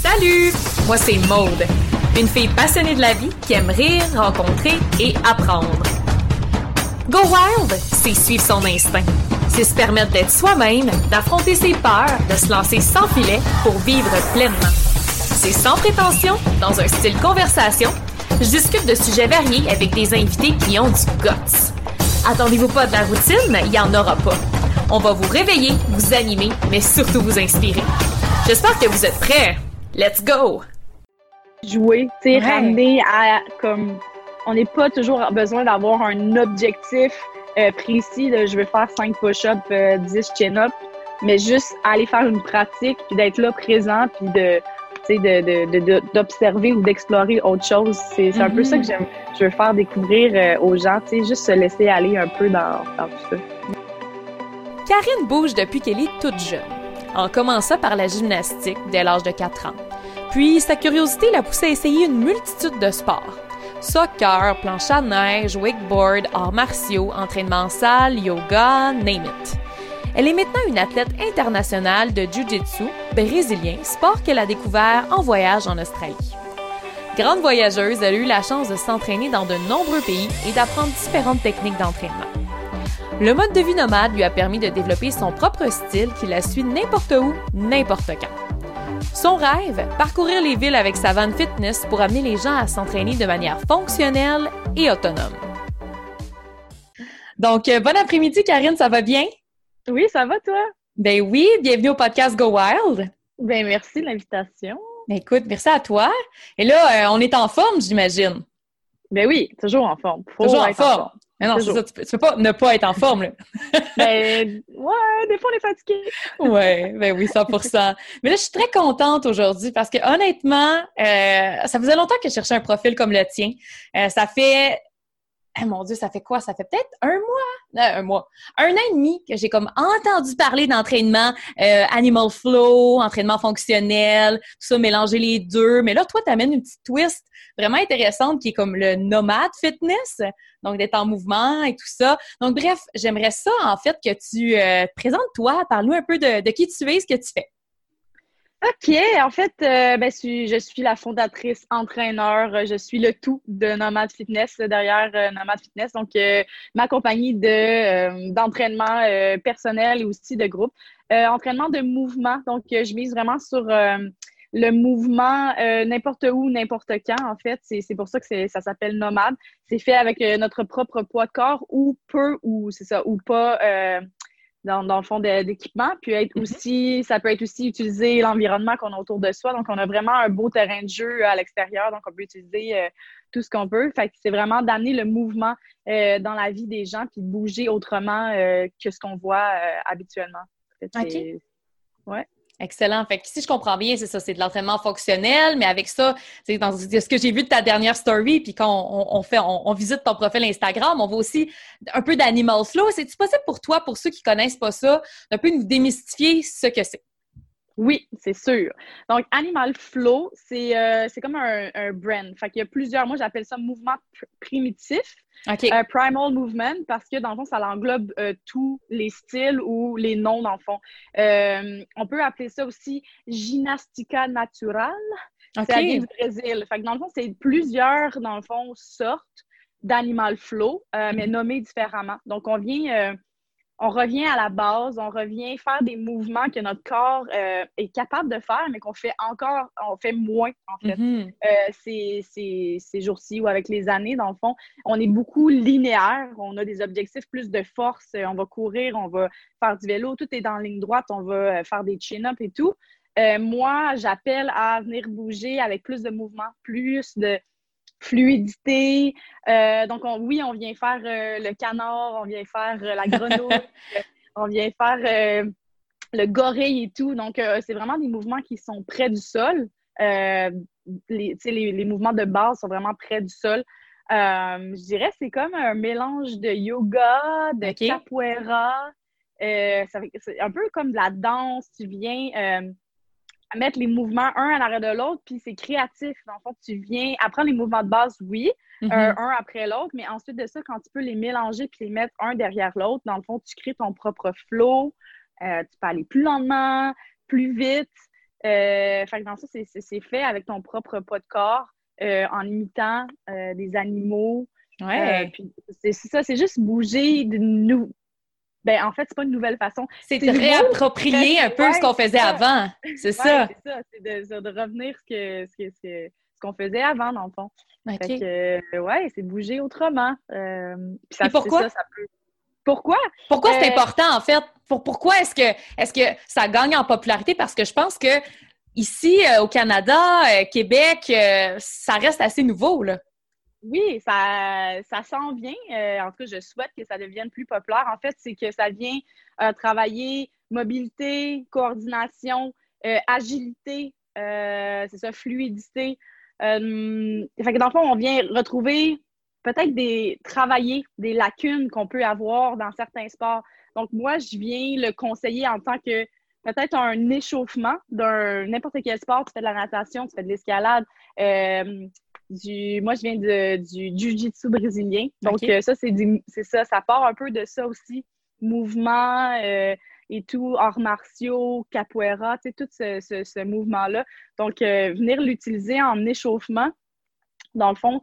Salut! Moi, c'est Maude, une fille passionnée de la vie qui aime rire, rencontrer et apprendre. Go Wild, c'est suivre son instinct. C'est se permettre d'être soi-même, d'affronter ses peurs, de se lancer sans filet pour vivre pleinement. C'est sans prétention, dans un style conversation. Je discute de sujets variés avec des invités qui ont du guts. Attendez-vous pas de la routine, il n'y en aura pas. On va vous réveiller, vous animer, mais surtout vous inspirer. J'espère que vous êtes prêts. Let's go! Jouer, tu sais, ramener à comme... On n'est pas toujours besoin d'avoir un objectif précis de je veux faire 5 push-ups, 10 chin-ups, mais juste aller faire une pratique puis d'être là présent puis d'observer ou d'explorer autre chose. C'est un peu ça que je veux faire découvrir aux gens, tu sais, juste se laisser aller un peu dans tout ça. Karine bouge depuis qu'elle est toute jeune, en commençant par la gymnastique dès l'âge de 4 ans. Puis sa curiosité l'a poussée à essayer une multitude de sports. Soccer, planche à neige, wakeboard, arts martiaux, entraînement en salle, yoga, name it. Elle est maintenant une athlète internationale de jiu-jitsu brésilien, sport qu'elle a découvert en voyage en Australie. Grande voyageuse, elle a eu la chance de s'entraîner dans de nombreux pays et d'apprendre différentes techniques d'entraînement. Le mode de vie nomade lui a permis de développer son propre style qui la suit n'importe où, n'importe quand. Son rêve, parcourir les villes avec sa van fitness pour amener les gens à s'entraîner de manière fonctionnelle et autonome. Donc, bon après-midi, Karine, ça va bien? Oui, ça va, toi? Ben oui, bienvenue au podcast Go Wild. Ben merci de l'invitation. Ben écoute, merci à toi. Et là, on est en forme, j'imagine. Ben oui, toujours en forme. Toujours en forme. Mais non, c'est ça, tu peux pas ne pas être en forme, là. Ben, ouais, des fois, on est fatigué. Ouais, ben oui, 100%. Mais là, je suis très contente aujourd'hui parce que honnêtement, ça faisait longtemps que je cherchais un profil comme le tien. Ça fait... mon Dieu, ça fait quoi? Ça fait peut-être un an et demi que j'ai comme entendu parler d'entraînement Animal Flow, entraînement fonctionnel, tout ça, mélanger les deux. Mais là, toi, tu amènes une petite twist vraiment intéressante qui est comme le nomade fitness, donc d'être en mouvement et tout ça. Donc bref, j'aimerais ça, en fait, que tu te présentes-toi, parle-nous un peu de qui tu es, ce que tu fais. OK, en fait, je suis la fondatrice, entraîneur, je suis le tout de Nomad Fitness, derrière Nomad Fitness, donc ma compagnie d'entraînement personnel et aussi de groupe. Entraînement de mouvement, donc je mise vraiment sur le mouvement n'importe où, n'importe quand, en fait. C'est pour ça que ça s'appelle Nomade. C'est fait avec notre propre poids de corps ou peu, ou c'est ça, ou pas... dans le fond d'équipement, puis ça peut être aussi utiliser l'environnement qu'on a autour de soi. Donc, on a vraiment un beau terrain de jeu à l'extérieur, donc on peut utiliser tout ce qu'on peut. Fait que c'est vraiment d'amener le mouvement dans la vie des gens, puis de bouger autrement que ce qu'on voit habituellement. OK. Ouais. Excellent. Fait que si je comprends bien, c'est ça, c'est de l'entraînement fonctionnel, mais avec ça, c'est dans ce que j'ai vu de ta dernière story, puis quand on visite ton profil Instagram, on voit aussi un peu d'Animal Flow. C'est-tu possible pour toi, pour ceux qui connaissent pas ça, d'un peu nous démystifier ce que c'est? Oui, c'est sûr. Donc, Animal Flow, c'est comme un brand. Fait qu'il y a plusieurs, moi j'appelle ça mouvement primitif. OK. Primal movement, parce que dans le fond, ça englobe tous les styles ou les noms, dans le fond. On peut appeler ça aussi gymnastica natural. OK. Ça vient du Brésil. Fait que dans le fond, c'est plusieurs, dans le fond, sortes d'Animal Flow, mais nommées différemment. Donc, on revient à la base, on revient faire des mouvements que notre corps est capable de faire, mais on fait moins, en fait. Ces jours-ci ou avec les années, dans le fond, on est beaucoup linéaire, on a des objectifs plus de force, on va courir, on va faire du vélo, tout est dans ligne droite, on va faire des chin-ups et tout. Moi, j'appelle à venir bouger avec plus de mouvement, plus de fluidité. Donc, on vient faire le canard, on vient faire la grenouille, on vient faire le gorille et tout. Donc, c'est vraiment des mouvements qui sont près du sol. Les mouvements de base sont vraiment près du sol. Je dirais que c'est comme un mélange de yoga, de capoeira. C'est un peu comme de la danse. Tu viens... mettre les mouvements un à l'arrêt de l'autre, puis c'est créatif. Dans le fond, tu viens apprendre les mouvements de base, oui, un après l'autre, mais ensuite de ça, quand tu peux les mélanger puis les mettre un derrière l'autre, dans le fond, tu crées ton propre flow. Tu peux aller plus lentement, plus vite. Fait que dans ça, c'est fait avec ton propre poids de corps, en imitant des animaux. Ouais. Puis c'est ça, c'est juste bouger Ben, en fait, c'est pas une nouvelle façon. C'est de C'est nouveau. réapproprier un peu ce Ouais, qu'on c'est faisait ça. avant. C'est Ouais, ça. c'est ça. C'est de revenir ce qu'on faisait avant, dans le fond. Fait OK. que, ouais, c'est bouger autrement. Puis Et c'est ça, pourquoi? ça peut. Pourquoi? Pourquoi c'est Euh, important, en fait? Pourquoi est-ce que ça gagne en popularité? Parce que je pense que ici, au Canada, Québec, ça reste assez nouveau, là. oui, ça s'en vient. En tout cas, je souhaite que ça devienne plus populaire. En fait, c'est que ça vient travailler mobilité, coordination, agilité, c'est ça, fluidité. Fait que dans le fond, on vient retrouver peut-être travailler des lacunes qu'on peut avoir dans certains sports. Donc, moi, je viens le conseiller en tant que peut-être un échauffement d'un n'importe quel sport. Tu fais de la natation, tu fais de l'escalade. Moi, je viens du jiu-jitsu brésilien. Donc, OK. ça, c'est ça. Ça part un peu de ça aussi. Mouvement et tout, arts martiaux, capoeira, tu sais, tout ce mouvement-là. Donc, venir l'utiliser en échauffement, dans le fond,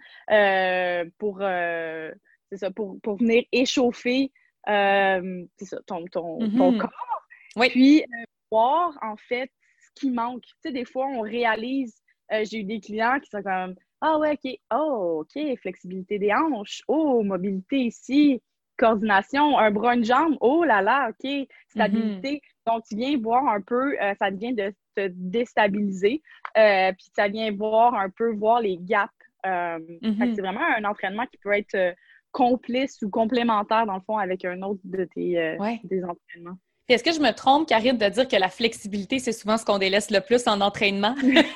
c'est ça, pour venir échauffer c'est ça, ton Mhm. corps. Oui. Puis, voir, en fait, ce qui manque. Tu sais, des fois, on réalise, j'ai eu des clients qui sont comme, ah ouais, OK, oh, OK, flexibilité des hanches, oh, mobilité ici, coordination, un bras, une jambe, oh là là, OK, Mhm. stabilité. Donc, tu viens voir un peu, ça vient de te déstabiliser, puis ça vient voir les gaps. Fait que c'est Mhm. vraiment un entraînement qui peut être complice ou complémentaire, dans le fond, avec un autre de Ouais. des entraînements. Puis est-ce que je me trompe, Karine, de dire que la flexibilité, c'est souvent ce qu'on délaisse le plus en entraînement?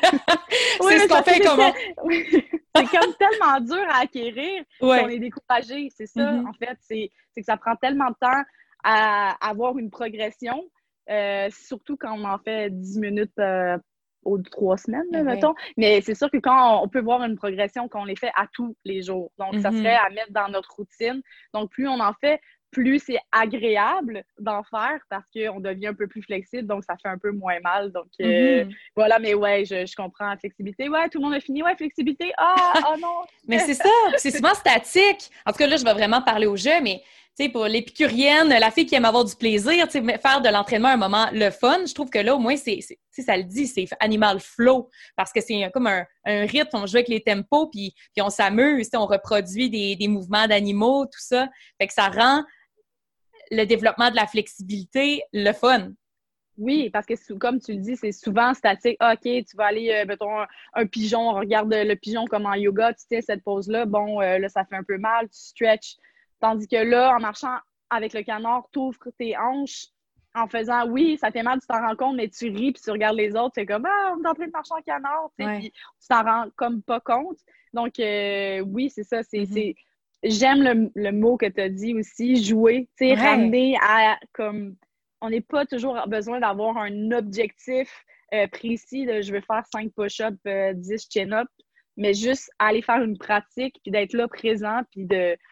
Oui, C'est ce mais qu'on parce que fait comment? c'est comme tellement dur à acquérir qu'on Ouais. est découragé. C'est ça, en Mhm. fait. C'est que ça prend tellement de temps à avoir une progression, surtout quand on en fait 10 minutes aux 3 semaines, là, Eh ouais. mettons. Mais c'est sûr que quand on peut voir une progression, qu'on les fait à tous les jours. Donc, ça serait Mhm. à mettre dans notre routine. Donc, plus on en fait, plus c'est agréable d'en faire parce qu'on devient un peu plus flexible, donc ça fait un peu moins mal. Donc, Mhm. voilà, mais ouais, je comprends la flexibilité. Ouais, tout le monde a fini. Ouais, flexibilité. Ah, oh non. Mais c'est ça, puis c'est souvent statique. En tout cas, là, je vais vraiment parler au jeu, mais tu sais, pour l'épicurienne, la fille qui aime avoir du plaisir, tu sais, faire de l'entraînement un moment le fun, je trouve que là, au moins, tu sais, ça le dit, c'est animal flow, parce que c'est comme un rythme, on joue avec les tempos, puis on s'amuse, tu sais, on reproduit des mouvements d'animaux, tout ça. Fait que ça rend le développement de la flexibilité le fun. Oui, parce que comme tu le dis, c'est souvent statique. Ah, OK, tu vas aller, mettons, un pigeon, on regarde le pigeon comme en yoga, tu tiens cette pose-là, bon, là, ça fait un peu mal, tu stretches. Tandis que là, en marchant avec le canard, tu ouvres tes hanches en faisant, oui, ça fait mal, tu t'en rends compte, mais tu ris, puis tu regardes les autres, c'est comme, ah, on est en train de marcher en canard, tu sais, Ouais. puis tu t'en rends comme pas compte. Donc, oui, c'est ça, Mhm. j'aime le mot que tu as dit aussi, jouer, tu sais, Ouais. ramener à, comme, on n'est pas toujours besoin d'avoir un objectif précis de je veux faire 5 push-ups, 10 chin-ups, mais juste aller faire une pratique, puis d'être là présent, puis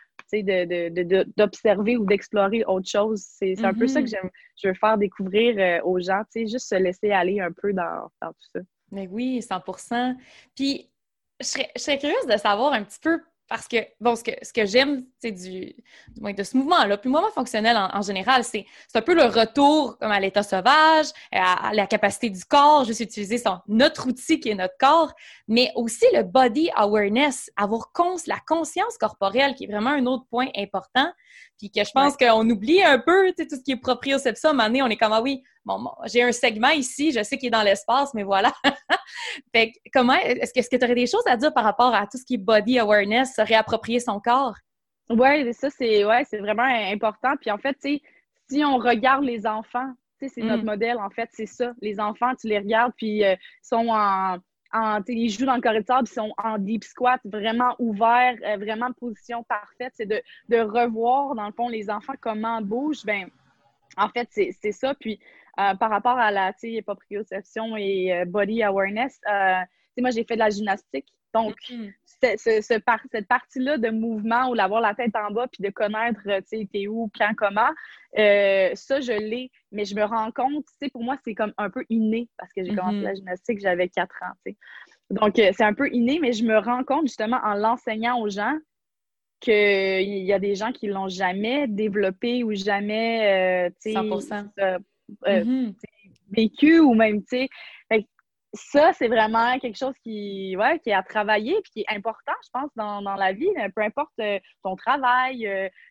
d'observer ou d'explorer autre chose. C'est un peu ça que Mhm. je veux faire découvrir aux gens, juste se laisser aller un peu dans tout ça. Mais oui, 100%. Puis, je serais curieuse de savoir un petit peu, parce que, bon, ce que j'aime, c'est du moins de ce mouvement-là, puis le mouvement fonctionnel en général, c'est un peu le retour comme à l'état sauvage, à la capacité du corps, juste utiliser notre outil qui est notre corps, mais aussi le body awareness, avoir la conscience corporelle, qui est vraiment un autre point important, puis que je Ouais. pense qu'on oublie un peu, tu sais, tout ce qui est proprioception. À un moment donné, on est comme, ah oui, bon, j'ai un segment ici, je sais qu'il est dans l'espace, mais voilà. Fait que, est-ce que tu aurais des choses à dire par rapport à tout ce qui est body awareness, se réapproprier son corps? Ouais, ça, c'est vraiment important. Puis en fait, tu sais, si on regarde les enfants, tu sais, c'est notre Mm. modèle, en fait, c'est ça. Les enfants, tu les regardes, puis ils sont tu sais, ils jouent dans le corridor, puis ils sont en deep squat, vraiment ouverts, vraiment position parfaite. C'est de revoir, dans le fond, les enfants, comment bougent. Ben, en fait, c'est ça. Puis, par rapport à la, tu sais, proprioception et body awareness, tu sais, moi, j'ai fait de la gymnastique. Donc, cette partie-là de mouvement ou d'avoir la tête en bas puis de connaître, tu sais, t'es où, quand, comment, ça, je l'ai. Mais je me rends compte, tu sais, pour moi, c'est comme un peu inné parce que j'ai commencé la gymnastique, j'avais 4 ans, tu sais. Donc, c'est un peu inné, mais je me rends compte justement en l'enseignant aux gens qu'il y a des gens qui l'ont jamais développé ou jamais, tu sais, 100%. vécu ou même, tu sais. Fait que ça, c'est vraiment quelque chose ouais, qui est à travailler puis qui est important, je pense, dans la vie. Peu importe ton travail,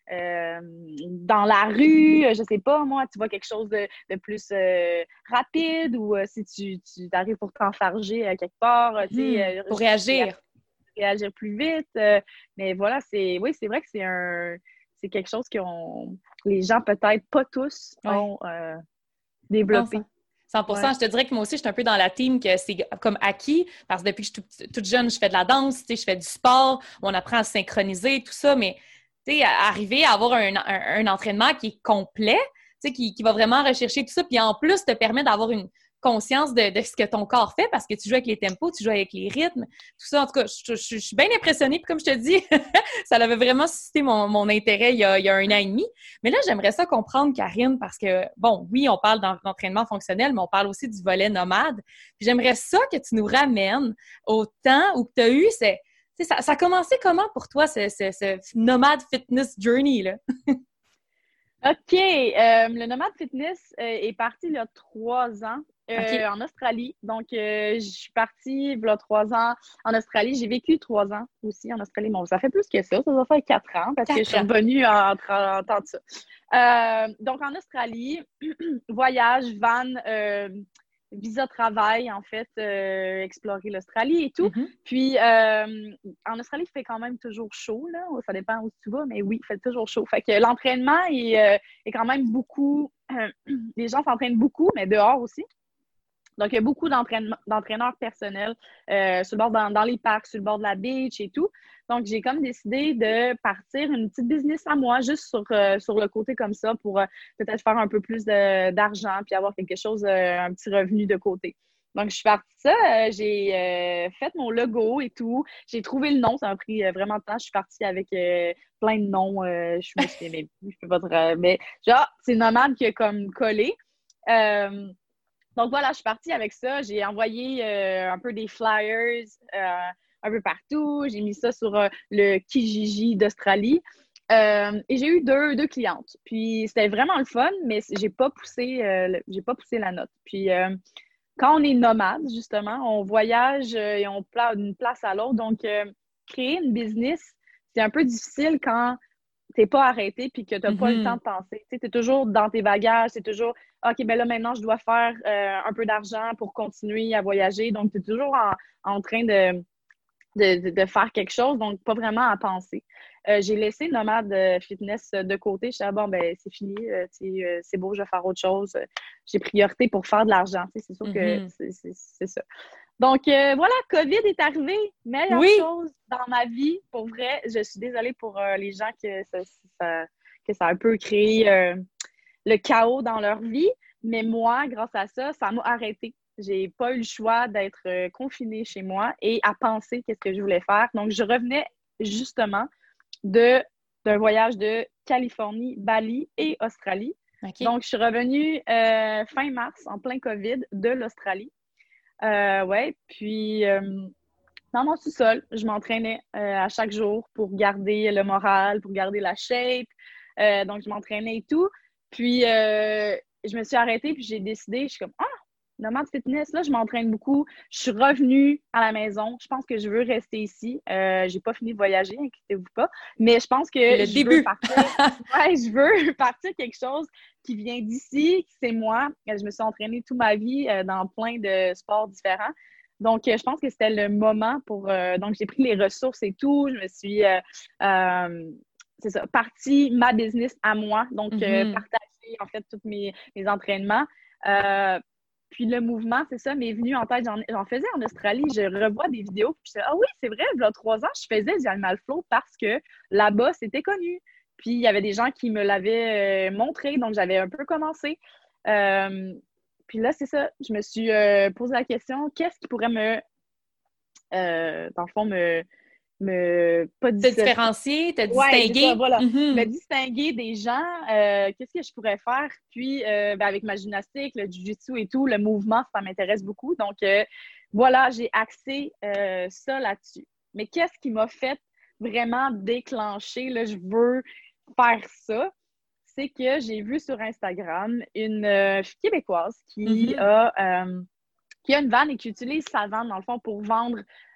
dans la rue, je sais pas, moi, tu vois quelque chose de plus rapide ou si tu arrives pour t'enfarger quelque part, tu sais, pour réagir. Réagir plus vite. Mais voilà, oui, c'est vrai que c'est quelque chose que les gens, peut-être pas tous, ont développé. 100%. Ouais. Je te dirais que moi aussi, je suis un peu dans la team que c'est comme acquis, parce que depuis que je suis toute jeune, je fais de la danse, tu sais, je fais du sport, on apprend à se synchroniser, tout ça, mais tu sais, arriver à avoir un entraînement qui est complet, tu sais, qui va vraiment rechercher tout ça, puis en plus te permet d'avoir une conscience de ce que ton corps fait, parce que tu joues avec les tempos, tu joues avec les rythmes, tout ça. En tout cas, je suis bien impressionnée. Puis comme je te dis, ça avait vraiment suscité mon intérêt il y a 1 an et demi. Mais là, j'aimerais ça comprendre, Karine, parce que, bon, oui, on parle d'entraînement fonctionnel, mais on parle aussi du volet nomade. Puis j'aimerais ça que tu nous ramènes au temps où tu as eu ça a commencé comment pour toi, ce nomade fitness journey, là? OK. Le nomade fitness est parti il y a 3 ans. En Australie. Donc, je suis partie il y a 3 ans en Australie. J'ai vécu 3 ans aussi en Australie. Bon, ça fait plus que ça. Ça doit faire 4 ans parce que je suis revenue en temps de ça. Donc, en Australie, voyage, van, visa travail, en fait, explorer l'Australie et tout. Puis, en Australie, il fait quand même toujours chaud, là. Ça dépend où tu vas, mais oui, il fait toujours chaud. Fait que l'entraînement est quand même beaucoup... les gens s'entraînent beaucoup, mais dehors aussi. Donc, il y a beaucoup d'entraîneurs personnels sur le bord dans les parcs, sur le bord de la beach et tout. Donc, j'ai comme décidé de partir une petite business à moi, juste sur le côté comme ça, pour peut-être faire un peu plus d'argent puis avoir quelque chose, un petit revenu de côté. Donc, je suis partie de ça. J'ai fait mon logo et tout. J'ai trouvé le nom. Ça m'a pris vraiment de temps. Je suis partie avec plein de noms. Je me souviens même plus. Je peux pas dire, mais genre, c'est Nomade qui a comme collé. Donc voilà, je suis partie avec ça. J'ai envoyé un peu des flyers un peu partout. J'ai mis ça sur le Kijiji d'Australie. Et j'ai eu deux clientes. Puis c'était vraiment le fun, mais j'ai pas poussé la note. Puis quand on est nomade, justement, on voyage et on place d'une place à l'autre. Donc, créer une business, c'est un peu difficile quand t'es pas arrêté puis que t'as pas le temps de penser. Tu sais, t'es toujours dans tes bagages, c'est toujours OK, ben là, maintenant, je dois faire un peu d'argent pour continuer à voyager. Donc, t'es toujours en train de faire quelque chose, donc pas vraiment à penser. J'ai laissé Nomade Fitness de côté. Je disais, bon, ben c'est fini, c'est beau, je vais faire autre chose. J'ai priorité pour faire de l'argent. C'est sûr que c'est ça. Donc, voilà, COVID est arrivé. Meilleure chose dans ma vie. Pour vrai, je suis désolée pour les gens que ça a un peu créé le chaos dans leur vie. Mais moi, grâce à ça, ça m'a arrêtée. J'ai pas eu le choix d'être confinée chez moi et à penser qu'est-ce que je voulais faire. Donc, je revenais justement d'un voyage de Californie, Bali et Australie. Okay. Donc, je suis revenue fin mars, en plein COVID, de l'Australie. Ouais, puis dans mon sous-sol, je m'entraînais à chaque jour pour garder le moral, pour garder la shape. Donc, je m'entraînais et tout. Puis, je me suis arrêtée, puis j'ai décidé, je suis comme, Nomade Fitness, là, je m'entraîne beaucoup. Je suis revenue à la maison. Je pense que je veux rester ici. J'ai pas fini de voyager, inquiétez-vous pas. Mais je pense que je veux partir quelque chose qui vient d'ici, c'est moi. Je me suis entraînée toute ma vie dans plein de sports différents. Donc, je pense que c'était le moment pour... donc, j'ai pris les ressources et tout. Je me suis... c'est ça, partie ma business à moi. Donc, partager, en fait, tous mes entraînements. Puis le mouvement, c'est ça, m'est venu en tête. J'en faisais en Australie. Je revois des vidéos. Puis je disais, oui, c'est vrai, il y a 3 ans, je faisais du Animal Flow parce que là-bas, c'était connu. Puis il y avait des gens qui me l'avaient montré. Donc, j'avais un peu commencé. Puis là, c'est ça. Je me suis posé la question, qu'est-ce qui pourrait dans le fond, pas Te différencier, te Ouais, c'est ça, distinguer. voilà. Me Mhm. distinguer des gens, qu'est-ce que je pourrais faire? Puis, avec ma gymnastique, le jiu-jitsu et tout, le mouvement, ça m'intéresse beaucoup. Donc, voilà, j'ai axé ça là-dessus. Mais qu'est-ce qui m'a fait vraiment déclencher, là, je veux faire ça? C'est que j'ai vu sur Instagram une fille québécoise Mhm. qui a une vanne et qui utilise sa vanne, dans le fond, pour vendre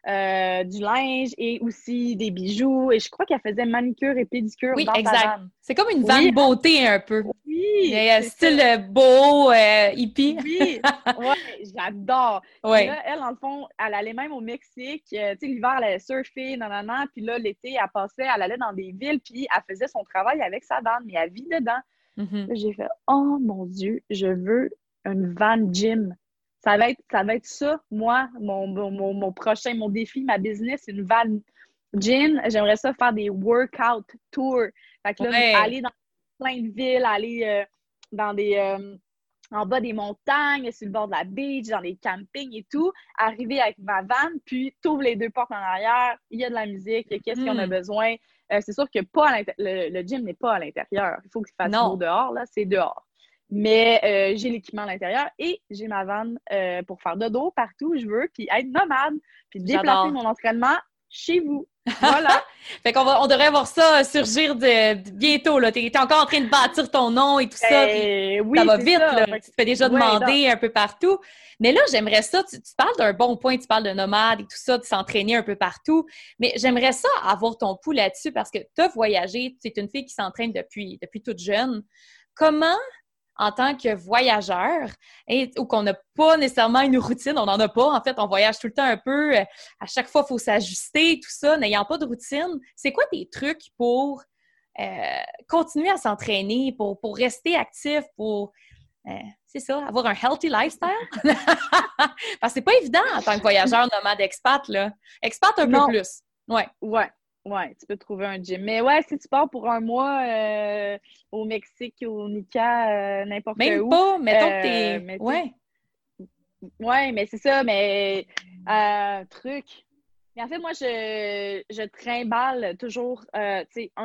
du linge et aussi des bijoux. Et je crois qu'elle faisait manicure et pédicure Oui, dans sa exact. vanne. C'est comme une Oui, vanne beauté un peu. oui, Mais, c'est style ça. beau, hippie. Oui, ouais, j'adore. Puis Ouais. là, elle, dans le fond, elle allait même au Mexique. Tu sais, l'hiver, elle allait surfer, nanana. Puis là, l'été, elle passait, elle allait dans des villes, puis elle faisait son travail avec sa vanne, mais elle vit dedans. Mhm. Là, j'ai fait, oh mon Dieu, je veux une van gym. Ça va être ça, moi, mon prochain, mon défi, ma business, une van gym. J'aimerais ça faire des workout tours. Fait que là, Ouais. aller dans plein de villes, aller dans en bas des montagnes, sur le bord de la beach, dans des campings et tout, arriver avec ma van, puis t'ouvres les deux portes en arrière, il y a de la musique, il y a qu'est-ce qu'on a Mhm. besoin. C'est sûr que pas le gym n'est pas à l'intérieur. Il faut qu'il fasse beau Non. dehors, là, c'est dehors. Mais j'ai l'équipement à l'intérieur et j'ai ma van pour faire dodo partout où je veux, puis être nomade, puis déplacer J'adore. mon entraînement chez vous. Voilà. Fait on devrait voir ça surgir bientôt, là. T'es encore en train de bâtir ton nom et tout ça, puis ça Oui, va c'est vite, ça. là. Tu te fais déjà Ouais, non. demander un peu partout. Mais là, j'aimerais ça, tu parles d'un bon point, tu parles de nomade et tout ça, de s'entraîner un peu partout. Mais j'aimerais ça avoir ton pouls là-dessus parce que tu as voyagé, tu es une fille qui s'entraîne depuis toute jeune. Comment en tant que voyageur, ou qu'on n'a pas nécessairement une routine, on n'en a pas, en fait, on voyage tout le temps un peu, à chaque fois, il faut s'ajuster, tout ça, n'ayant pas de routine. C'est quoi tes trucs pour continuer à s'entraîner, pour rester actif, euh, c'est ça, avoir un healthy lifestyle? Parce que c'est pas évident en tant que voyageur nomade expat, là. Expat un peu Non. plus. Ouais. Ouais, ouais, tu peux trouver un gym. Mais ouais, si tu pars pour un mois au Mexique, au Nika, n'importe Même où, pas, mettons que t'es... mais tu sais, Ouais. ouais, mais c'est ça, mais truc. Mais en fait, moi, je trimballe toujours, tu sais,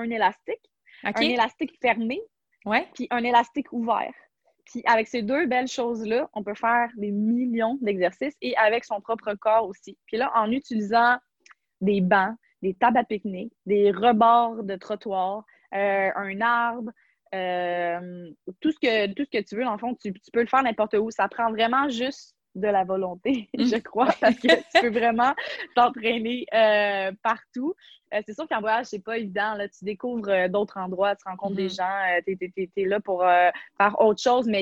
un OK? élastique fermé, Ouais. puis un élastique ouvert. Puis avec ces deux belles choses-là, on peut faire des millions d'exercices et avec son propre corps aussi. Puis là, en utilisant des bancs, des tables à pique-nique, des rebords de trottoir, un arbre, tout ce que tu veux, dans le fond, tu peux le faire n'importe où. Ça prend vraiment juste de la volonté, je crois, parce que tu peux vraiment t'entraîner partout. C'est sûr qu'en voyage, c'est pas évident. Là. Tu découvres d'autres endroits, tu rencontres des Mhm. gens, t'es là pour faire autre chose, mais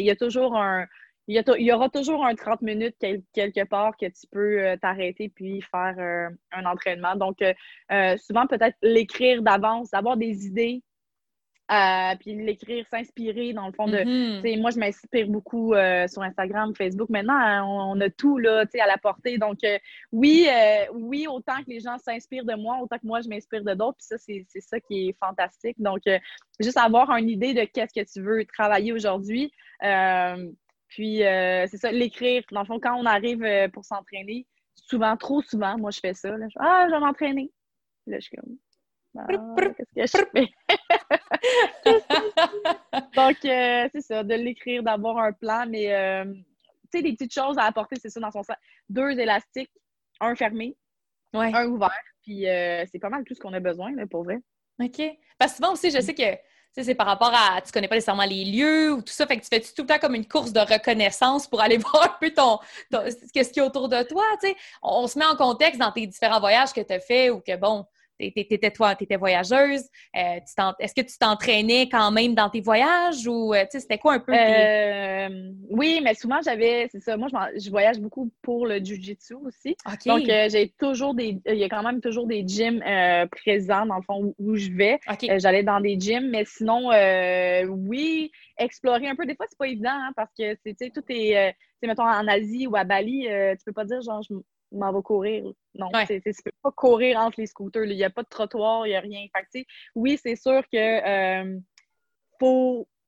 il y aura toujours un 30 minutes quelque part que tu peux t'arrêter puis faire un entraînement. Donc, souvent, peut-être l'écrire d'avance, avoir des idées, puis l'écrire, s'inspirer dans le fond de... Mhm. Tu sais, moi, je m'inspire beaucoup sur Instagram, Facebook. Maintenant, hein, on a tout là, tu sais, à la portée. Donc, oui, autant que les gens s'inspirent de moi, autant que moi, je m'inspire de d'autres. Puis ça, c'est ça qui est fantastique. Donc, juste avoir une idée de qu'est-ce que tu veux travailler aujourd'hui. Puis, c'est ça, l'écrire. Dans le fond, quand on arrive pour s'entraîner, souvent, trop souvent, moi, je fais ça. Là. Je vais m'entraîner. Là, je suis comme, qu'est-ce que je fais? Qu'est-ce que je fais? Donc, c'est ça, de l'écrire, d'avoir un plan, mais, tu sais, des petites choses à apporter, c'est ça, dans son sac. Deux élastiques, un fermé, Ouais. un ouvert, puis c'est pas mal tout ce qu'on a besoin, là, pour vrai. OK. Parce que souvent aussi, je sais que c'est par rapport à tu connais pas nécessairement les lieux ou tout ça, fait que tu fais tout le temps comme une course de reconnaissance pour aller voir un peu qu'est-ce qu'il y a autour de toi, tu sais. On se met en contexte dans tes différents voyages que tu as fait ou que bon, t'étais voyageuse. Est-ce que tu t'entraînais quand même dans tes voyages ou tu sais, c'était quoi un peu tes. Oui, mais souvent, c'est ça, moi, je voyage beaucoup pour le jiu-jitsu aussi. Donc, OK. il y a quand même toujours des gyms présents, dans le fond, où je vais. OK. J'allais dans des gyms, mais sinon, oui, explorer un peu. Des fois, c'est pas évident, hein, parce que, tu sais, tout est, tu sais, mettons, en Asie ou à Bali, tu peux pas dire, genre, je m'en vais courir. Non, Ouais. tu peux pas courir entre les scooters. Il n'y a pas de trottoir, il n'y a rien. Fait que, tu sais, oui, c'est sûr que faut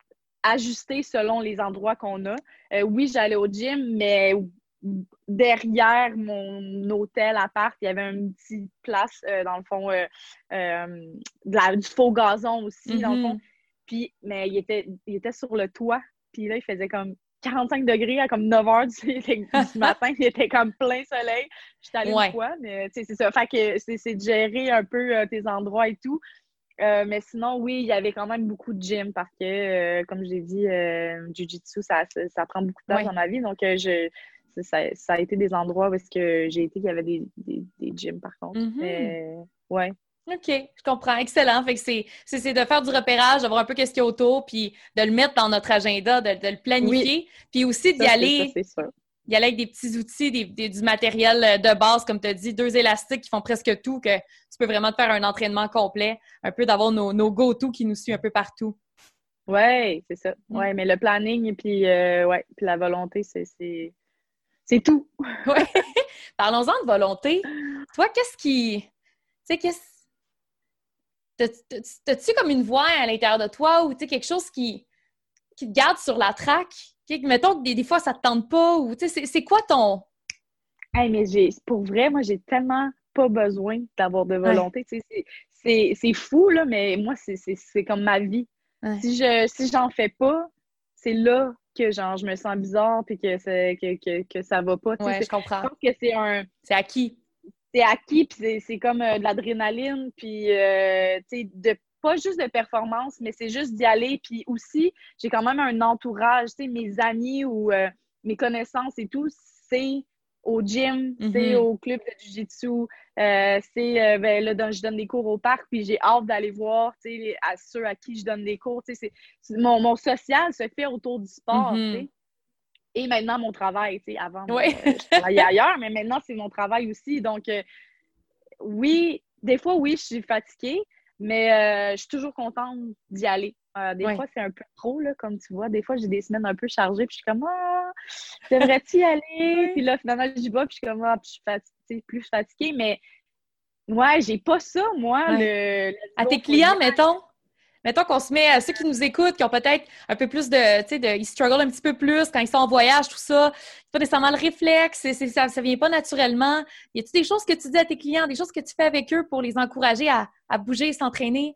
ajuster selon les endroits qu'on a. Oui, j'allais au gym, mais derrière mon hôtel appart, il y avait une petite place, dans le fond, du faux gazon aussi, dans le fond. Puis, mais il était sur le toit. Puis là, il faisait comme 45 degrés à comme 9 heures du matin. Il était comme plein soleil. J'étais allée une fois, mais c'est ça. Fait que c'est de gérer un peu tes endroits et tout. Mais sinon, oui, il y avait quand même beaucoup de gym parce que, comme je l'ai dit, Jiu-Jitsu, ça prend beaucoup de temps dans ma vie. Donc, ça a été des endroits où est-ce que j'ai été, il y avait des gyms, par contre. Ouais. OK, je comprends. Excellent. Fait que c'est de faire du repérage, de voir un peu qu'est-ce qu'il y a autour, puis de le mettre dans notre agenda, de le planifier, puis aussi d'y aller. C'est sûr. Y aller avec des petits outils, du matériel de base, comme tu as dit, 2 élastiques qui font presque tout, que tu peux vraiment te faire un entraînement complet, un peu d'avoir nos go-to qui nous suivent un peu partout. Oui, c'est ça. Oui, mais le planning et puis, puis la volonté, c'est tout. Oui. Parlons-en de volonté. Toi, qu'est-ce qui... Tu sais, t'as-tu comme une voix à l'intérieur de toi ou quelque chose qui te garde sur la traque? Mettons que des fois, ça te tente pas ou c'est quoi ton... Hey, mais pour vrai, moi, j'ai tellement pas besoin d'avoir de volonté. C'est fou, là, mais moi, c'est comme ma vie. Si j'en fais pas, c'est là que genre je me sens bizarre puis que ça va pas. Ouais, je comprends. Je pense que c'est acquis. C'est acquis, puis c'est comme de l'adrénaline, puis pas juste de performance, mais c'est juste d'y aller. Puis aussi, j'ai quand même un entourage, mes amis ou mes connaissances et tout, c'est au gym, c'est au club de Jiu-Jitsu, là, je donne des cours au parc, puis j'ai hâte d'aller voir à ceux à qui je donne des cours. Mon social se fait autour du sport, Et maintenant, mon travail, avant, je travaillais ailleurs, mais maintenant, c'est mon travail aussi. Donc, oui, des fois, oui, je suis fatiguée, mais je suis toujours contente d'y aller. Des fois, c'est un peu trop, là, comme tu vois. Des fois, j'ai des semaines un peu chargées, puis je suis comme, devrais-tu y aller? Puis là, finalement, j'y vais, puis je suis comme, puis je suis plus fatiguée. Mais, ouais, j'ai pas ça, moi. À tes clients, mettons qu'on se met à ceux qui nous écoutent, qui ont peut-être un peu plus ils struggle un petit peu plus quand ils sont en voyage, tout ça. C'est pas nécessairement le réflexe, ça vient pas naturellement. Y a-t-il des choses que tu dis à tes clients, des choses que tu fais avec eux pour les encourager à bouger et s'entraîner?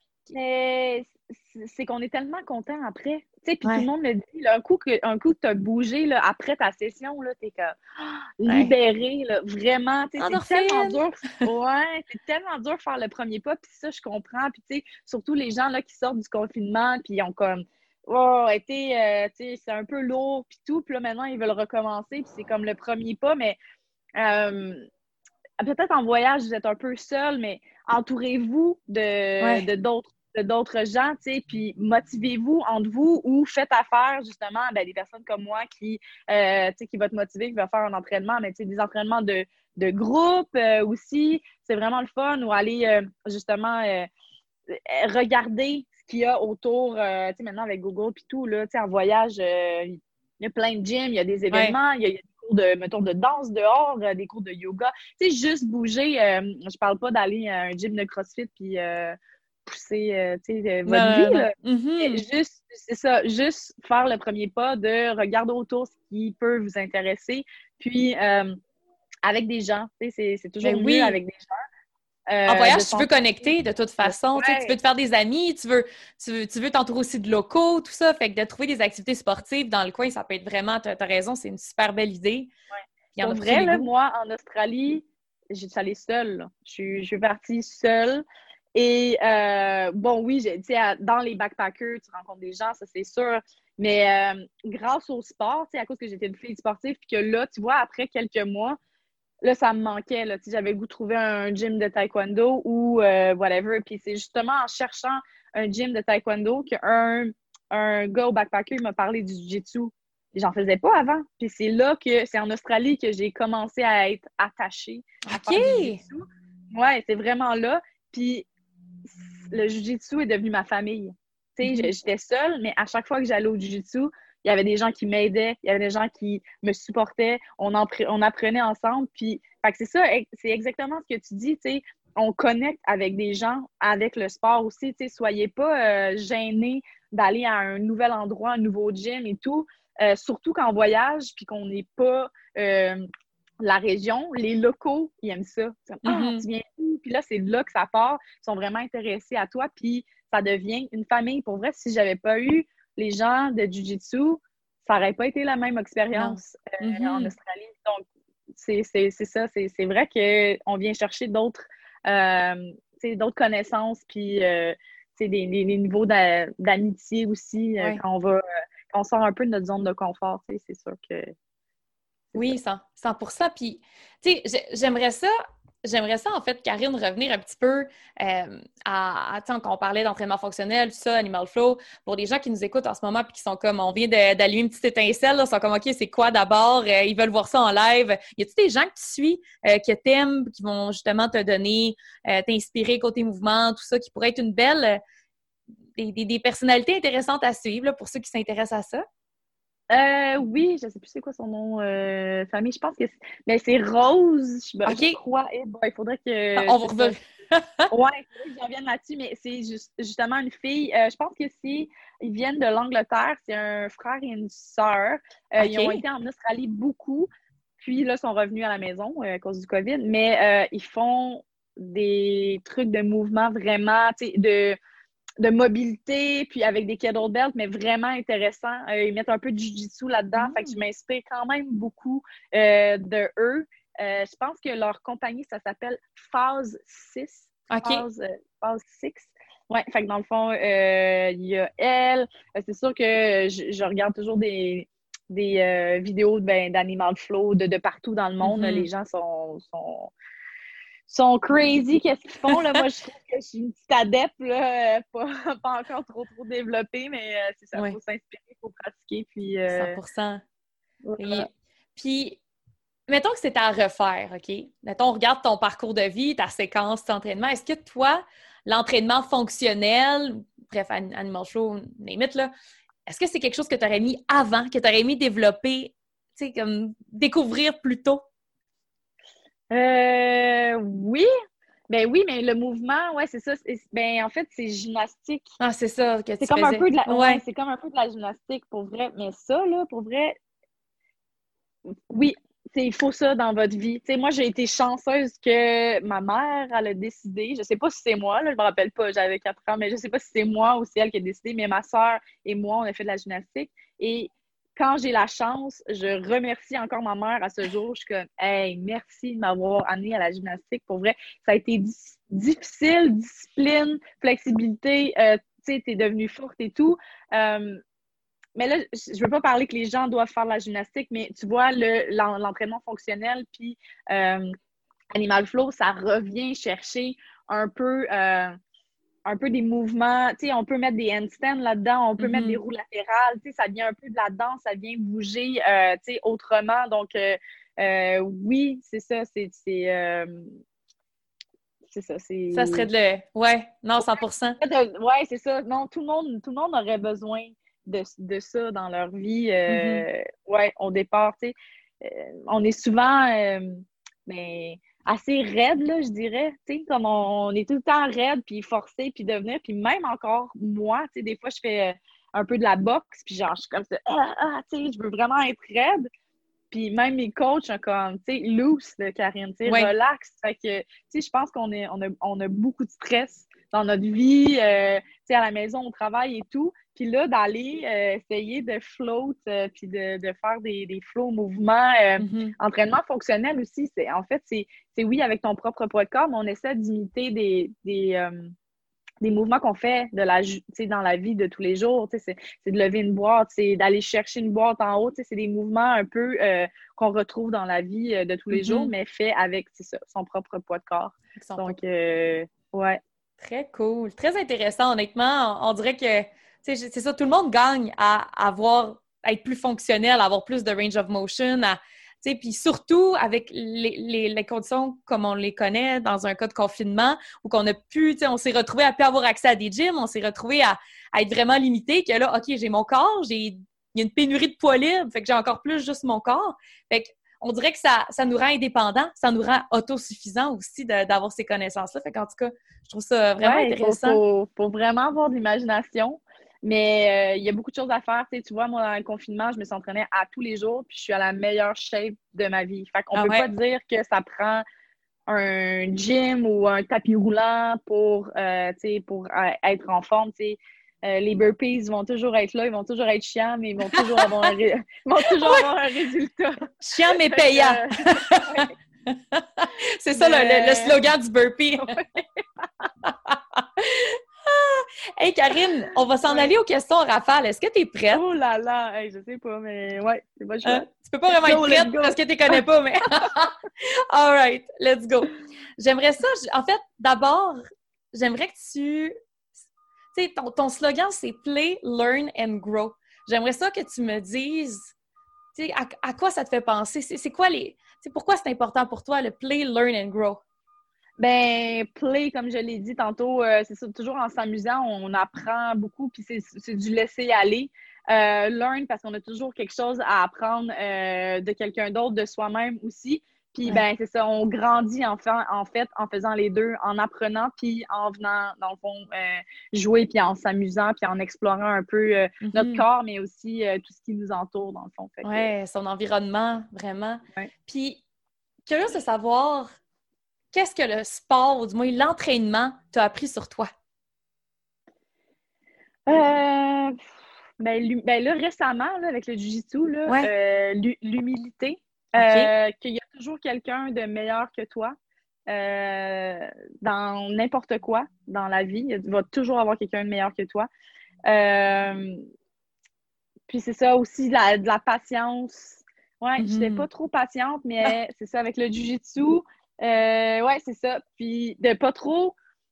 C'est qu'on est tellement content après. Puis tout le monde me dit, là, un coup que tu as bougé là, après ta session, tu es libéré, là, vraiment. C'est tellement dur. C'est tellement dur de faire le premier pas. Puis ça, je comprends. Puis surtout les gens là, qui sortent du confinement, puis ils ont comme c'est un peu lourd, puis tout. Puis là, maintenant, ils veulent recommencer. Puis c'est comme le premier pas. Mais peut-être en voyage, vous êtes un peu seul, mais entourez-vous de d'autres gens, puis motivez-vous entre vous ou faites affaire, justement, des personnes comme moi qui vont te motiver, qui vont faire un entraînement, mais des entraînements de groupe aussi, c'est vraiment le fun, ou aller, justement, regarder ce qu'il y a autour, maintenant avec Google puis tout, là, en voyage, il y a plein de gyms, il y a des événements, il y a des cours de danse dehors, des cours de yoga, juste bouger, je parle pas d'aller à un gym de CrossFit puis pousser votre vie. Là. C'est ça, juste faire le premier pas de regarder autour ce qui peut vous intéresser. Puis, avec des gens, c'est toujours mieux avec des gens. En voyage, tu veux connecter de toute façon. Tu veux te faire des amis, tu veux t'entourer aussi de locaux, tout ça. Fait que de trouver des activités sportives dans le coin, ça peut être vraiment, tu as raison, c'est une super belle idée. Pour vrai, là, moi, en Australie, je suis allée seule. Je suis partie seule. Et oui, dans les backpackers, tu rencontres des gens, ça c'est sûr. Mais grâce au sport, à cause que j'étais une fille sportive, puis que là, tu vois, après quelques mois, là, ça me manquait. Là, j'avais le goût de trouver un gym de taekwondo ou whatever. Puis c'est justement en cherchant un gym de taekwondo qu'un gars au backpacker m'a parlé du jiu-jitsu. J'en faisais pas avant. Puis c'est en Australie que j'ai commencé à être attachée à faire du jiu-jitsu. Ouais, c'est vraiment là. Puis le jiu-jitsu est devenu ma famille. J'étais seule, mais à chaque fois que j'allais au jiu-jitsu, il y avait des gens qui m'aidaient, il y avait des gens qui me supportaient, on apprenait ensemble. Puis, c'est ça, c'est exactement ce que tu dis, on connecte avec des gens, avec le sport aussi. Soyez pas gênés d'aller à un nouvel endroit, un nouveau gym et tout. Surtout quand on voyage puis qu'on n'est pas la région, les locaux, ils aiment ça. Ah, tu viens où? Puis là, c'est là que ça part. Ils sont vraiment intéressés à toi. Puis ça devient une famille. Pour vrai, si j'avais pas eu les gens de Jiu-Jitsu, ça n'aurait pas été la même expérience en Australie. Donc, c'est ça. C'est vrai qu'on vient chercher d'autres connaissances. Puis, des niveaux d'amitié aussi quand on sort un peu de notre zone de confort. C'est sûr que... Oui, 100%. Puis, tu sais, j'aimerais ça, en fait, Karine, revenir un petit peu quand on parlait d'entraînement fonctionnel, tout ça, Animal Flow, pour des gens qui nous écoutent en ce moment puis qui sont comme, on vient d'allumer une petite étincelle, là, ils sont comme, OK, c'est quoi d'abord? Ils veulent voir ça en live. Y a-t-il des gens que tu suis, que t'aimes, qui vont justement te donner, t'inspirer côté mouvement, tout ça, qui pourrait être une belle, des personnalités intéressantes à suivre là, pour ceux qui s'intéressent à ça? Oui, je sais plus c'est quoi son nom famille. Je pense que c'est Rose. Je crois. Il faudrait que... On va revenir. Ouais, il faudrait que j'en vienne là-dessus, mais c'est justement une fille. Je pense que ils viennent de l'Angleterre. C'est un frère et une sœur. Ils ont été en Australie beaucoup. Puis là, ils sont revenus à la maison à cause du COVID. Mais ils font des trucs de mouvement vraiment, tu sais, de mobilité, puis avec des kettlebells, mais vraiment intéressant. Ils mettent un peu de jiu-jitsu là-dedans, fait que je m'inspire quand même beaucoup de eux. Je pense que leur compagnie, ça s'appelle Phase 6. Phase 6. Ouais, fait que dans le fond, il y a elle. C'est sûr que je regarde toujours des vidéos d'Animal Flow de partout dans le monde. Les gens sont crazy, qu'est-ce qu'ils font, là. Moi, je trouve que je suis une petite adepte, là, pas encore trop développée, mais c'est ça, il faut s'inspirer, il faut pratiquer, puis... 100%. Voilà. Puis, mettons que c'est à refaire, OK? Mettons, on regarde ton parcours de vie, ta séquence d'entraînement. Est-ce que toi, l'entraînement fonctionnel, bref, Animal Flow, name it, là, est-ce que c'est quelque chose que tu aurais mis avant, que tu aurais mis développer, tu sais, comme découvrir plus tôt? Oui. Ben oui, mais le mouvement, ouais, c'est ça. En fait, c'est gymnastique. Ah, c'est ça que tu c'est comme faisais. Un peu de la, c'est comme un peu de la gymnastique, pour vrai. Mais ça, là, pour vrai, oui, il faut ça dans votre vie. Tu sais, moi, j'ai été chanceuse que ma mère, elle a décidé, je sais pas si c'est moi, là, je me rappelle pas, j'avais 4 ans, mais je sais pas si c'est moi ou c'est elle qui a décidé, mais ma soeur et moi, on a fait de la gymnastique. Et quand j'ai la chance, je remercie encore ma mère à ce jour. Je suis comme, hey, merci de m'avoir amenée à la gymnastique. Pour vrai, ça a été difficile, discipline, flexibilité. Tu sais, t'es devenue forte et tout. Mais là, je veux pas parler que les gens doivent faire de la gymnastique, mais tu vois, l'entraînement fonctionnel puis Animal Flow, ça revient chercher un peu des mouvements. Tu sais, on peut mettre des handstands là-dedans, on peut mettre des roues latérales. Tu sais, ça vient un peu de la danse, ça vient bouger, tu sais, autrement. Donc, oui, c'est ça. C'est ça. Ça serait de le... Ouais, non, 100%. Ouais, c'est ça. Non, tout le monde aurait besoin de ça dans leur vie. Ouais, au départ, tu sais, on est souvent assez raide, là, je dirais. Tu sais, comme on est tout le temps raide, puis forcé, puis devenir. Puis même encore moi, tu sais, des fois, je fais un peu de la boxe, puis genre, je suis comme ça, tu sais, je veux vraiment être raide. Puis même mes coachs sont comme, tu sais, loose, là, Karine, tu sais, relax. Fait que, tu sais, je pense qu'on a beaucoup de stress dans notre vie, tu sais, à la maison, au travail et tout. Puis là, d'aller essayer de float, puis de faire des flows mouvements, entraînement fonctionnel aussi. En fait, c'est oui, avec ton propre poids de corps, mais on essaie d'imiter des mouvements qu'on fait dans la vie de tous les jours. C'est de lever une boîte, c'est d'aller chercher une boîte en haut. C'est des mouvements un peu qu'on retrouve dans la vie de tous les jours, mais fait avec son propre poids de corps. Donc, ouais. Très cool. Très intéressant, honnêtement. On dirait que c'est ça, tout le monde gagne à être plus fonctionnel, à avoir plus de range of motion, puis surtout avec les conditions comme on les connaît dans un cas de confinement où qu'on a pu, on s'est retrouvé à plus avoir accès à des gyms, on s'est retrouvé à être vraiment limité, que là, OK, j'ai mon corps, il y a une pénurie de poids libre, fait que j'ai encore plus juste mon corps. Fait qu'on dirait que ça nous rend indépendants, ça nous rend autosuffisants aussi d'avoir ces connaissances-là. Fait qu'en tout cas, je trouve ça vraiment intéressant. Faut vraiment avoir de l'imagination. Mais il y a beaucoup de choses à faire. Tu vois, moi, dans le confinement, je me suis entraînée à tous les jours, puis je suis à la meilleure shape de ma vie. Fait qu'on peut pas dire que ça prend un gym ou un tapis roulant pour, être en forme. Les burpees vont toujours être là, ils vont toujours être chiants, mais ils vont toujours avoir ils vont toujours avoir un résultat. Chiant mais payant. C'est ça le slogan du burpee. Hey Karine, on va s'en aller aux questions rafales. Est-ce que tu es prête? Oh là là, hey, je sais pas, mais ouais, c'est pas chouette. Tu peux pas vraiment être prête parce que tu les connais pas, mais... All right, let's go. J'aimerais ça, en fait, d'abord, j'aimerais que tu sais, ton slogan, c'est « Play, Learn and Grow ». J'aimerais ça que tu me dises, tu sais, à quoi ça te fait penser? C'est quoi pourquoi c'est important pour toi, le « Play, Learn and Grow ». Ben, play, comme je l'ai dit tantôt, c'est ça, toujours en s'amusant, on apprend beaucoup, puis c'est du laisser aller. Learn, parce qu'on a toujours quelque chose à apprendre de quelqu'un d'autre, de soi-même aussi. Puis, ben, c'est ça, on grandit en fait en faisant les deux, en apprenant, puis en venant, dans le fond, jouer, puis en s'amusant, puis en explorant un peu notre corps, mais aussi tout ce qui nous entoure, dans le fond. Oui, son environnement, vraiment. Ouais. Puis, curieuse de savoir... Qu'est-ce que le sport, ou du moins l'entraînement, t'a appris sur toi? Ben là, récemment, là, avec le jiu-jitsu, l'humilité, qu'il y a toujours quelqu'un de meilleur que toi dans n'importe quoi dans la vie. Il va toujours avoir quelqu'un de meilleur que toi. Puis c'est ça aussi, de la patience. Ouais, j'étais pas trop patiente, mais c'est ça, avec le jiu-jitsu... ouais, c'est ça. Puis de pas trop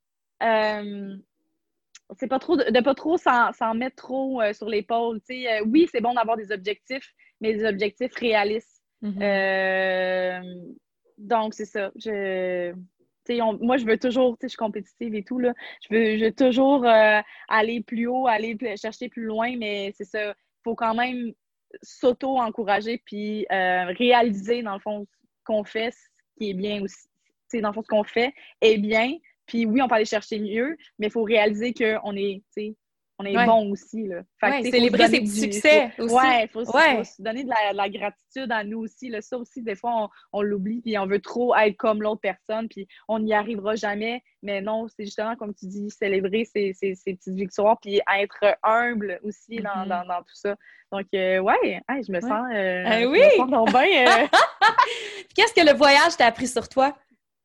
c'est pas trop de pas trop s'en mettre trop sur l'épaule. Oui, c'est bon d'avoir des objectifs, mais des objectifs réalistes. Donc, c'est ça. Moi, je veux toujours, je suis compétitive et tout, là. Je veux toujours aller plus haut, aller chercher plus loin, mais c'est ça. Il faut quand même s'auto-encourager puis réaliser, dans le fond, ce qu'on fait, qui est bien aussi. Dans le fond, ce qu'on fait est bien. Puis oui, on peut aller chercher mieux, mais il faut réaliser qu'on est, bon aussi. Oui, célébrer ses petits succès aussi. Oui, il faut se donner de la gratitude à nous aussi. Là. Ça aussi, des fois, on l'oublie, puis on veut trop être comme l'autre personne, puis on n'y arrivera jamais. Mais non, c'est justement, comme tu dis, célébrer ses petites victoires, puis être humble aussi dans tout ça. Donc, je me sens... oui! Je me sens donc bien... Qu'est-ce que le voyage t'a appris sur toi?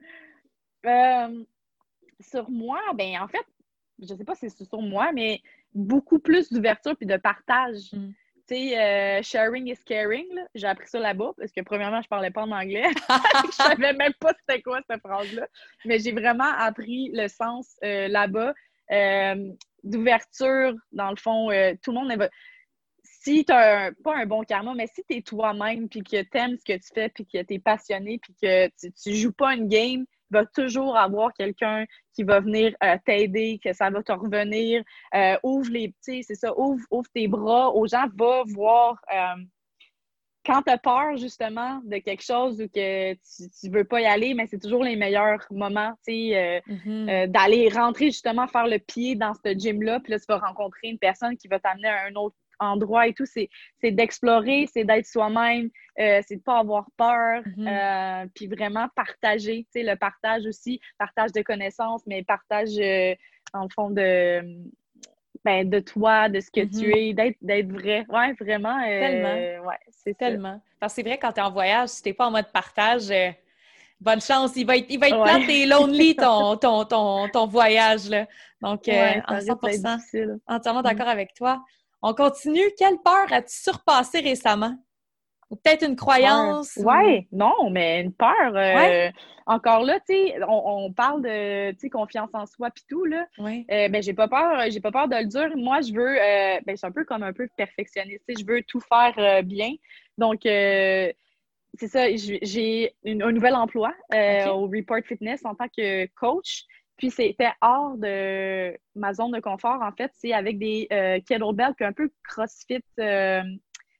Sur moi, ben en fait, je sais pas si c'est sur moi, mais beaucoup plus d'ouverture puis de partage. Tu sais, sharing is caring, là. J'ai appris ça là-bas parce que premièrement, je parlais pas en anglais. Je savais même pas c'était quoi cette phrase-là. Mais j'ai vraiment appris le sens là-bas d'ouverture. Dans le fond, tout le monde si tu n'as pas un bon karma, mais si tu es toi-même puis que tu aimes ce que tu fais puis que tu es passionné puis que tu joues pas une game, il va toujours avoir quelqu'un qui va venir t'aider, que ça va te revenir. Ouvre tes bras aux gens, va voir quand tu as peur justement de quelque chose ou que tu veux pas y aller, mais c'est toujours les meilleurs moments, d'aller rentrer justement, faire le pied dans ce gym-là, puis là, tu vas rencontrer une personne qui va t'amener à un autre endroit et tout, c'est d'explorer, c'est d'être soi-même, c'est de pas avoir peur, puis vraiment partager, tu sais, le partage aussi, partage de connaissances, mais partage, dans le fond, de toi, de ce que tu es, d'être vrai. Ouais, vraiment. Tellement. Ouais, c'est tellement. Ça. Parce que c'est vrai, quand tu es en voyage, si tu n'es pas en mode partage, bonne chance, il va être plate et lonely ton voyage, là. Donc, en 100%, entièrement d'accord avec toi. On continue. Quelle peur as-tu surpassé récemment? Ou peut-être une croyance? Oui, non, mais une peur. Encore là, tu sais, on parle de confiance en soi puis tout, là. Ouais. Ben, j'ai pas peur de le dire. Moi, je veux, je suis un peu comme un peu perfectionniste. Je veux tout faire bien. Donc, c'est ça, j'ai un nouvel emploi au Report Fitness en tant que coach. Puis c'était hors de ma zone de confort, en fait. C'est avec des kettlebells, puis un peu CrossFit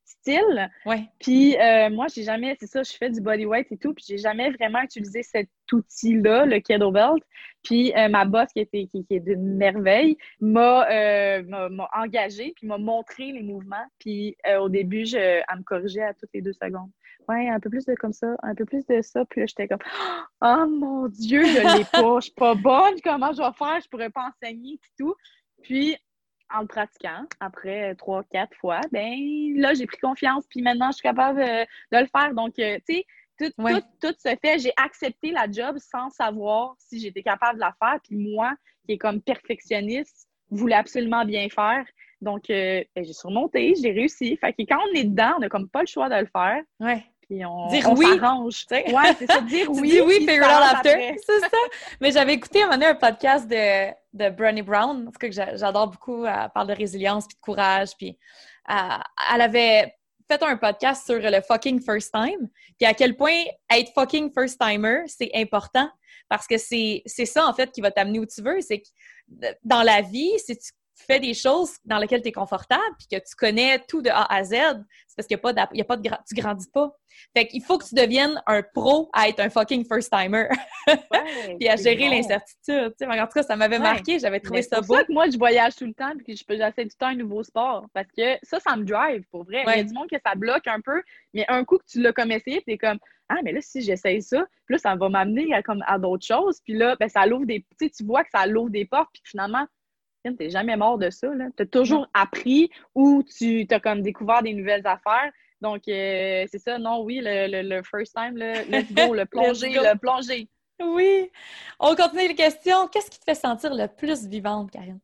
style. Ouais. Puis moi, j'ai jamais, c'est ça, je fais du bodyweight et tout, puis j'ai jamais vraiment utilisé cet outil-là, le kettlebell. Puis ma boss, qui est d'une merveille, m'a engagée, puis m'a montré les mouvements. Puis au début, elle me corrigeait à toutes les 2 secondes. Ouais, un peu plus de comme ça, un peu plus de ça. Puis là, j'étais comme, oh mon Dieu, je l'ai pas, je suis pas bonne, comment je vais faire? Je pourrais pas enseigner et tout. Puis, en le pratiquant, après 3, 4 fois, ben là, j'ai pris confiance, puis maintenant, je suis capable de le faire. Donc, tu sais, tout se fait. J'ai accepté la job sans savoir si j'étais capable de la faire. Puis moi, qui est comme perfectionniste, voulais absolument bien faire. Donc, ben, j'ai surmonté, j'ai réussi. Fait que quand on est dedans, on n'a comme pas le choix de le faire. Ouais. Puis Dire on oui. s'arrange. Ouais, c'est ça, dire oui. Dis oui, puis figure it out after. après. C'est ça. Mais j'avais écouté un podcast de Brené Brown, en tout cas que j'adore beaucoup. Elle parle de résilience puis de courage. Puis elle avait fait un podcast sur le fucking first time. Puis à quel point être fucking first timer, c'est important. Parce que c'est ça, en fait, qui va t'amener où tu veux. C'est que dans la vie, si tu fais des choses dans lesquelles tu es confortable puis que tu connais tout de A à Z, c'est parce qu'il y a pas de tu grandis pas. Fait qu'il faut que tu deviennes un pro à être un fucking first-timer. Ouais, puis à gérer bon. l'incertitude. T'sais, en tout cas, ça m'avait marqué. J'avais trouvé ça beau. C'est pour ça que moi, je voyage tout le temps puis que j'essaie tout le temps un nouveau sport. Parce que ça me drive, pour vrai. Ouais. Il y a du monde que ça bloque un peu, mais un coup que tu l'as comme essayé, t'es comme « Ah, mais là, si j'essaye ça, puis là, ça va m'amener à d'autres choses. » Puis là, ben, ça l'ouvre des... Tu vois que ça l'ouvre des portes, puis finalement, t'es jamais mort de ça. Tu as toujours appris ou tu as comme découvert des nouvelles affaires. Donc, c'est ça, non, oui, le first time, let's go, le plonger. Oui. On continue les questions. Qu'est-ce qui te fait sentir le plus vivante, Karine?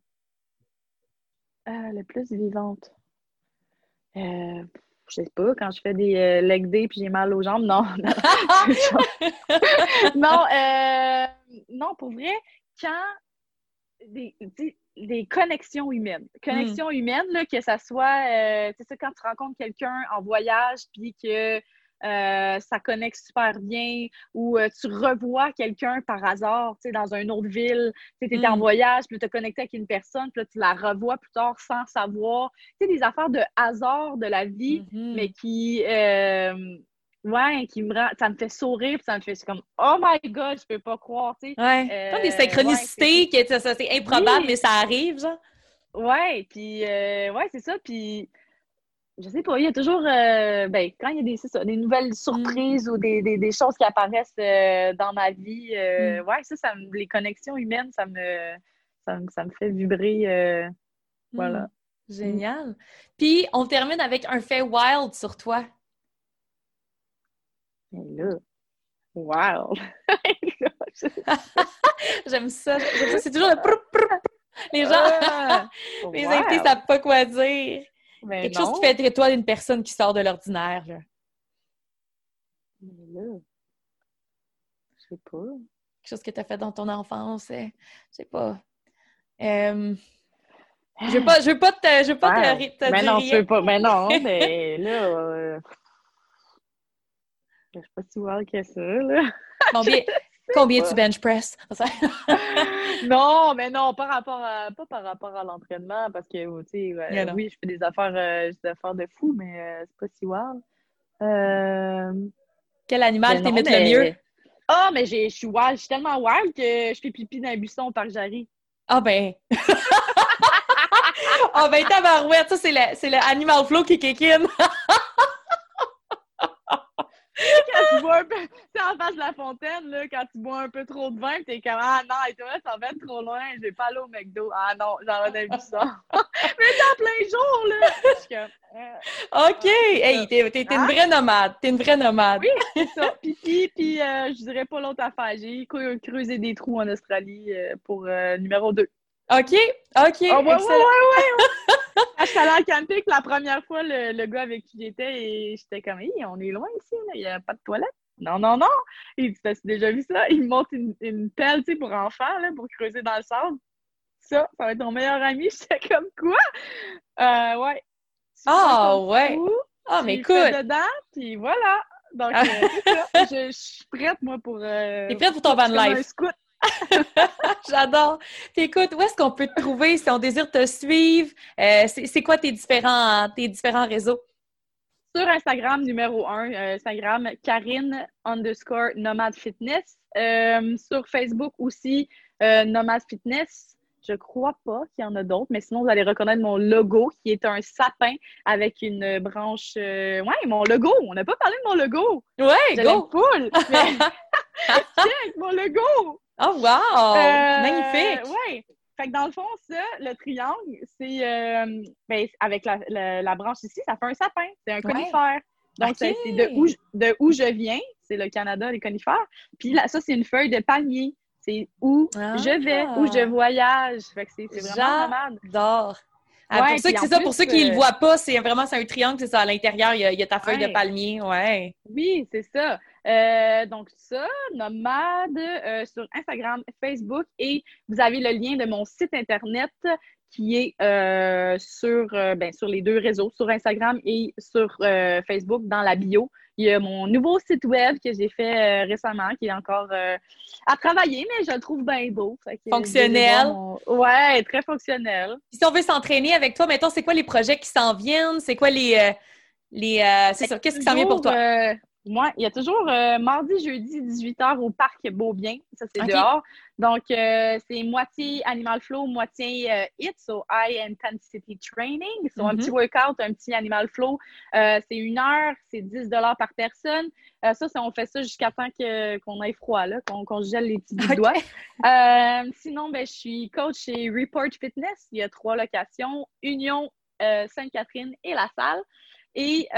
Le plus vivante. Je sais pas, quand je fais des leg day puis j'ai mal aux jambes, non. Non, pour vrai, quand des connexions humaines. Connexions humaines, là, que ça soit, tu sais, quand tu rencontres quelqu'un en voyage, puis que ça connecte super bien, ou tu revois quelqu'un par hasard, tu sais, dans une autre ville, tu étais en voyage, puis tu as connecté avec une personne, puis là, tu la revois plus tard sans savoir. Tu sais, des affaires de hasard de la vie, mais qui... ouais, ça me fait sourire, puis ça me fait comme « Oh my God, je peux pas croire! » tu sais. Ouais, comme des synchronicités, c'est improbable, mais ça arrive, genre. Ouais, puis ouais, c'est ça, puis je sais pas, il y a toujours, quand il y a des nouvelles surprises ou des choses qui apparaissent dans ma vie, ouais, les connexions humaines, ça me fait vibrer, voilà. Génial. Puis, on termine avec un fait wild sur toi. Et là, wild! J'aime ça. C'est toujours le les gens, les invités savent pas quoi dire. Mais quelque chose qui fait de toi une personne qui sort de l'ordinaire. Là. Mais là, je sais pas. Quelque chose que tu as fait dans ton enfance, je sais pas. Je veux pas te mais dire non, rien. tu veux pas. Mais non, mais là, je suis pas si wild que ça, là. Combien tu bench press? Non, mais non, pas par rapport à l'entraînement, parce que, tu sais, oui, je fais des affaires de fou, mais c'est pas si wild. Quel animal t'imites le mieux? Ah, mais je suis wild, je suis tellement wild que je fais pipi dans un buisson au parc Jarry. Ah ben! Ah ben, tabarouette, ça, c'est le Animal Flow qui kékine. Quand tu bois un peu, tu sais, en face de la fontaine, là, quand tu bois un peu trop de vin, t'es comme, ah non, et toi, ça va être trop loin, je vais pas aller au McDo. Ah non, j'en ai vu ça. Mais c'est en plein jour, là. Je suis comme, OK! Hey, t'es une vraie nomade. T'es une vraie nomade. Oui, c'est ça. Puis je dirais pas l'autre affaire. J'ai creusé des trous en Australie pour numéro 2. OK. Oh, ouais. Quand je suis allée en camping la première fois, le gars avec qui j'étais, et j'étais comme, hey, on est loin ici, il n'y a pas de toilette. Non. Il dit, t'as déjà vu ça? Il me montre une pelle, tu sais, pour enfants, là, pour creuser dans le sable. Ça va être ton meilleur ami. J'étais comme, quoi? Ouais. Ouais. Ah, mais écoute. Dedans, puis voilà. Donc, c'est ça. Je suis prête, moi, pour... T'es prête pour ton van life? Un scout. J'adore. Puis écoute, où est-ce qu'on peut te trouver si on désire te suivre? C'est quoi tes différents réseaux? Sur Instagram, numéro 1, Instagram, Karine_Nomad Fitness. Sur Facebook aussi, Nomad Fitness. Je crois pas qu'il y en a d'autres, mais sinon, vous allez reconnaître mon logo, qui est un sapin avec une branche... Ouais, mon logo! On n'a pas parlé de mon logo! Ouais, go! Full! Mais... Check, mon logo! Oh, wow! Magnifique! Ouais! Fait que dans le fond, ça, le triangle, c'est... ben, avec la branche ici, ça fait un sapin. C'est un conifère. Donc, c'est de où je viens. C'est le Canada, les conifères. Puis là, ça, c'est une feuille de palmier. C'est où je vais, où je voyage. Fait que c'est vraiment nomade. J'adore. Pour ça que c'est ça, pour ceux qui ne le voient pas, c'est un triangle, c'est ça, à l'intérieur, il y a ta feuille de palmier, ouais. Oui, c'est ça. Donc ça, nomade, sur Instagram, Facebook, et vous avez le lien de mon site Internet qui est sur les deux réseaux, sur Instagram et sur Facebook, dans la bio. Il y a mon nouveau site web que j'ai fait récemment, qui est encore à travailler, mais je le trouve bien beau. Fonctionnel. Ouais, très fonctionnel. Si on veut s'entraîner avec toi, mettons, c'est quoi les projets qui s'en viennent? C'est quoi c'est ça, qu'est-ce qui s'en vient pour toi? Moi, il y a toujours mardi, jeudi, 18h au parc Beaubien. Ça, c'est dehors. Donc, c'est moitié Animal Flow, moitié HIIT, so High Intensity Training. So, un petit workout, un petit Animal Flow. C'est 1 heure, c'est 10 $ par personne. On fait ça jusqu'à temps qu'on ait froid, là, qu'on gèle les petits bouts de doigts. Sinon, je suis coach chez Report Fitness. Il y a 3 locations, Union, Sainte-Catherine et La Salle. Et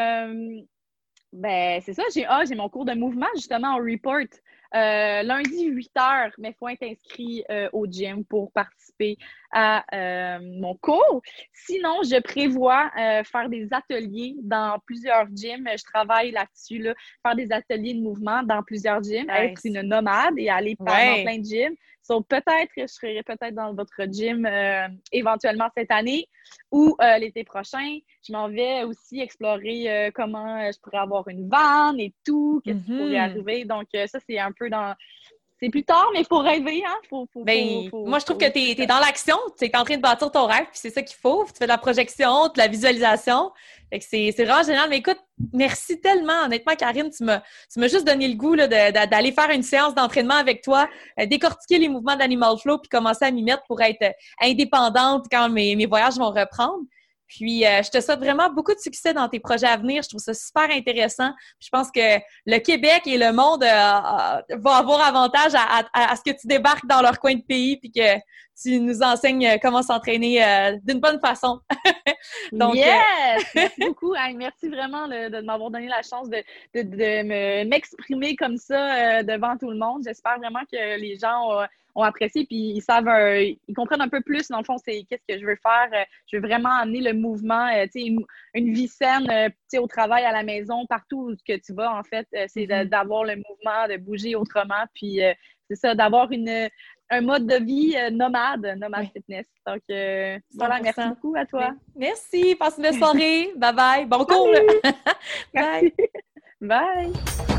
c'est ça, j'ai mon cours de mouvement justement au Report. Lundi 8h, mais il faut être inscrit au gym pour participer à mon cours. Sinon, je prévois faire des ateliers dans plusieurs gyms. Je travaille là-dessus, là, faire des ateliers de mouvement dans plusieurs gyms, être une nomade et aller dans plein de gyms. Peut-être que je serai dans votre gym éventuellement cette année ou l'été prochain. Je m'en vais aussi explorer comment je pourrais avoir une vanne et tout, qu'est-ce qui pourrait arriver. Donc, ça, c'est un peu dans... C'est plus tard, mais il faut rêver, hein? Moi, je trouve que t'es dans l'action, tu es en train de bâtir ton rêve, puis c'est ça qu'il faut. Tu fais de la projection, de la visualisation. Fait que c'est vraiment génial. Mais écoute, merci tellement. Honnêtement, Karine, tu m'as juste donné le goût là, d'aller faire une séance d'entraînement avec toi, décortiquer les mouvements d'Animal Flow, puis commencer à m'y mettre pour être indépendante quand mes voyages vont reprendre. Puis, je te souhaite vraiment beaucoup de succès dans tes projets à venir. Je trouve ça super intéressant. Puis, je pense que le Québec et le monde vont avoir avantage à ce que tu débarques dans leur coin de pays puis que tu nous enseignes comment s'entraîner d'une bonne façon. Donc, yes! Merci beaucoup. Merci vraiment de m'avoir donné la chance de m'exprimer comme ça devant tout le monde. J'espère vraiment que les gens ont apprécié, puis ils savent, ils comprennent un peu plus, dans le fond, c'est qu'est-ce que je veux faire. Je veux vraiment amener le mouvement, une vie saine, au travail, à la maison, partout où que tu vas, en fait, c'est d'avoir le mouvement, de bouger autrement, puis c'est ça, d'avoir un mode de vie nomade fitness. Donc, voilà, merci beaucoup à toi. Merci, passe une belle soirée. Bye-bye. Bon cours! Bye! Bye!